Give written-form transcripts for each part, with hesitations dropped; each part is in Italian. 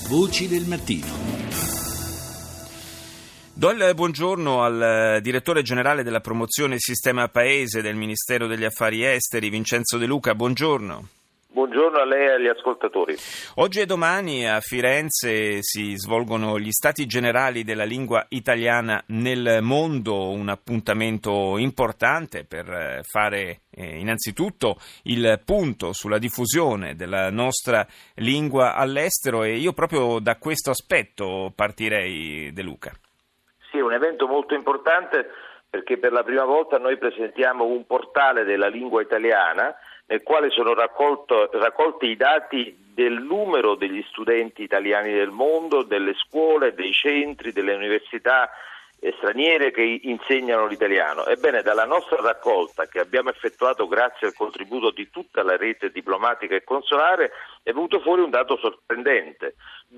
Voci del mattino. Do il buongiorno al direttore generale della promozione Sistema Paese del Ministero degli Affari Esteri, Vincenzo De Luca. Buongiorno. Buongiorno a lei e agli ascoltatori. Oggi e domani a Firenze si svolgono gli Stati Generali della lingua italiana nel mondo, un appuntamento importante per fare innanzitutto il punto sulla diffusione della nostra lingua all'estero, e io proprio da questo aspetto partirei, De Luca. Sì, è un evento molto importante perché per la prima volta noi presentiamo un portale della lingua italiana nel quale sono raccolti i dati del numero degli studenti italiani del mondo, delle scuole, dei centri, delle università straniere che insegnano l'italiano. Ebbene, dalla nostra raccolta, che abbiamo effettuato grazie al contributo di tutta la rete diplomatica e consolare, è venuto fuori un dato sorprendente.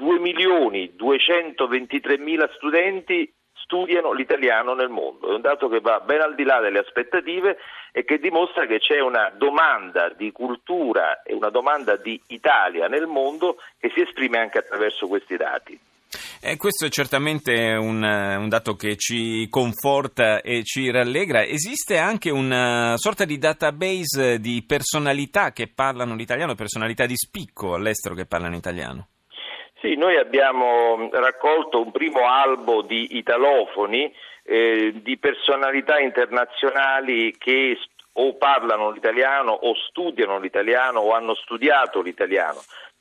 2.223.000 studenti studiano l'italiano nel mondo. È un dato che va ben al di là delle aspettative e che dimostra che c'è una domanda di cultura e una domanda di Italia nel mondo che si esprime anche attraverso questi dati. Questo è certamente un dato che ci conforta e ci rallegra. Esiste anche una sorta di database di personalità che parlano l'italiano, personalità di spicco all'estero che parlano italiano? Sì, noi abbiamo raccolto un primo albo di italofoni, di personalità internazionali che o parlano l'italiano o studiano l'italiano o hanno studiato l'italiano.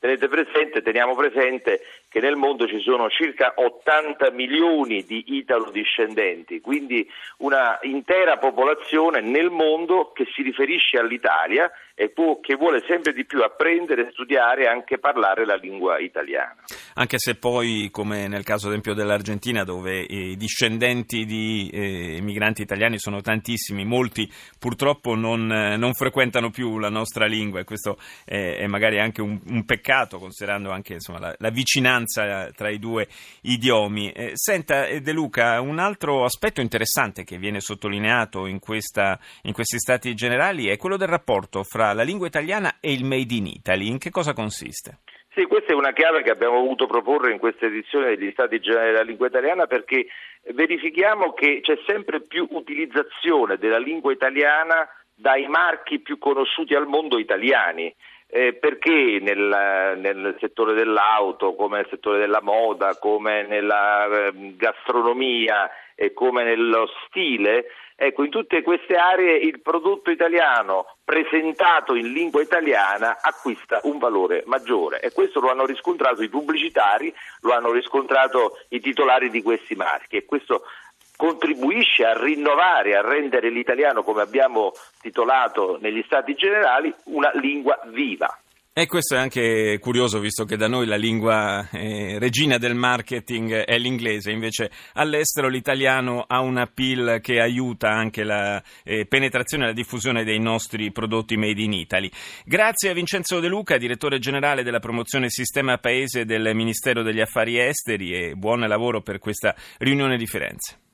Teniamo presente che nel mondo ci sono circa 80 milioni di italo-discendenti, quindi una intera popolazione nel mondo che si riferisce all'Italia e che vuole sempre di più apprendere, studiare e anche parlare la lingua italiana. Anche se poi, come nel caso ad esempio dell'Argentina, dove i discendenti di migranti italiani sono tantissimi, molti purtroppo non frequentano più la nostra lingua, e questo è magari anche un peccato, considerando anche la vicinanza tra i due idiomi. Senta, De Luca, un altro aspetto interessante che viene sottolineato in questi Stati Generali è quello del rapporto fra la lingua italiana e il Made in Italy. In che cosa consiste? Sì, questa è una chiave che abbiamo voluto proporre in questa edizione degli Stati Generali della lingua italiana, perché verifichiamo che c'è sempre più utilizzazione della lingua italiana dai marchi più conosciuti al mondo italiani. Perché nel settore dell'auto, come nel settore della moda, come nella gastronomia e come nello stile, ecco, in tutte queste aree il prodotto italiano presentato in lingua italiana acquista un valore maggiore, e questo lo hanno riscontrato i pubblicitari, lo hanno riscontrato i titolari di questi marchi, e questo contribuisce a rinnovare, a rendere l'italiano, come abbiamo titolato negli Stati Generali, una lingua viva. E questo è anche curioso, visto che da noi la lingua regina del marketing è l'inglese, invece all'estero l'italiano ha un appeal che aiuta anche la penetrazione e la diffusione dei nostri prodotti made in Italy. Grazie a Vincenzo De Luca, direttore generale della promozione Sistema Paese del Ministero degli Affari Esteri, e buon lavoro per questa riunione di Firenze.